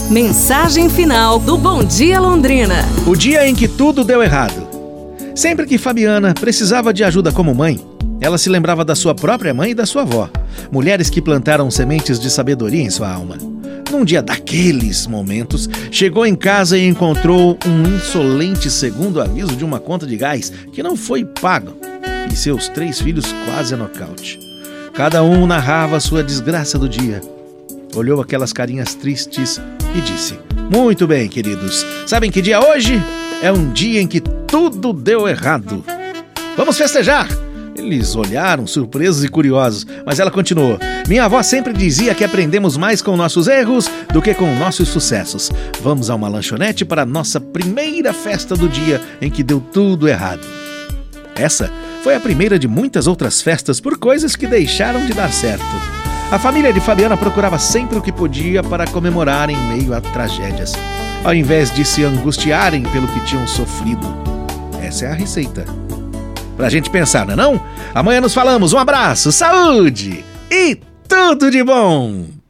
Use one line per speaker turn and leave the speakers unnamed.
Mensagem final do Bom Dia Londrina.
O dia em que tudo deu errado. Sempre que Fabiana precisava de ajuda como mãe, ela se lembrava da sua própria mãe e da sua avó, mulheres que plantaram sementes de sabedoria em sua alma. Num dia daqueles momentos, chegou em casa e encontrou um insolente segundo aviso de uma conta de gás que não foi pago e seus 3 filhos quase a nocaute. Cada um narrava sua desgraça do dia. Olhou aquelas carinhas tristes e disse: "Muito bem, queridos. Sabem que dia é hoje? É um dia em que tudo deu errado. Vamos festejar!" Eles olharam surpresos e curiosos, mas ela continuou: "Minha avó sempre dizia que aprendemos mais com nossos erros do que com nossos sucessos. Vamos a uma lanchonete para a nossa primeira festa do dia em que deu tudo errado." Essa foi a primeira de muitas outras festas por coisas que deixaram de dar certo. A família de Fabiana procurava sempre o que podia para comemorar em meio a tragédias, ao invés de se angustiarem pelo que tinham sofrido. Essa é a receita pra gente pensar, não é não? Amanhã nos falamos. Um abraço, saúde e tudo de bom!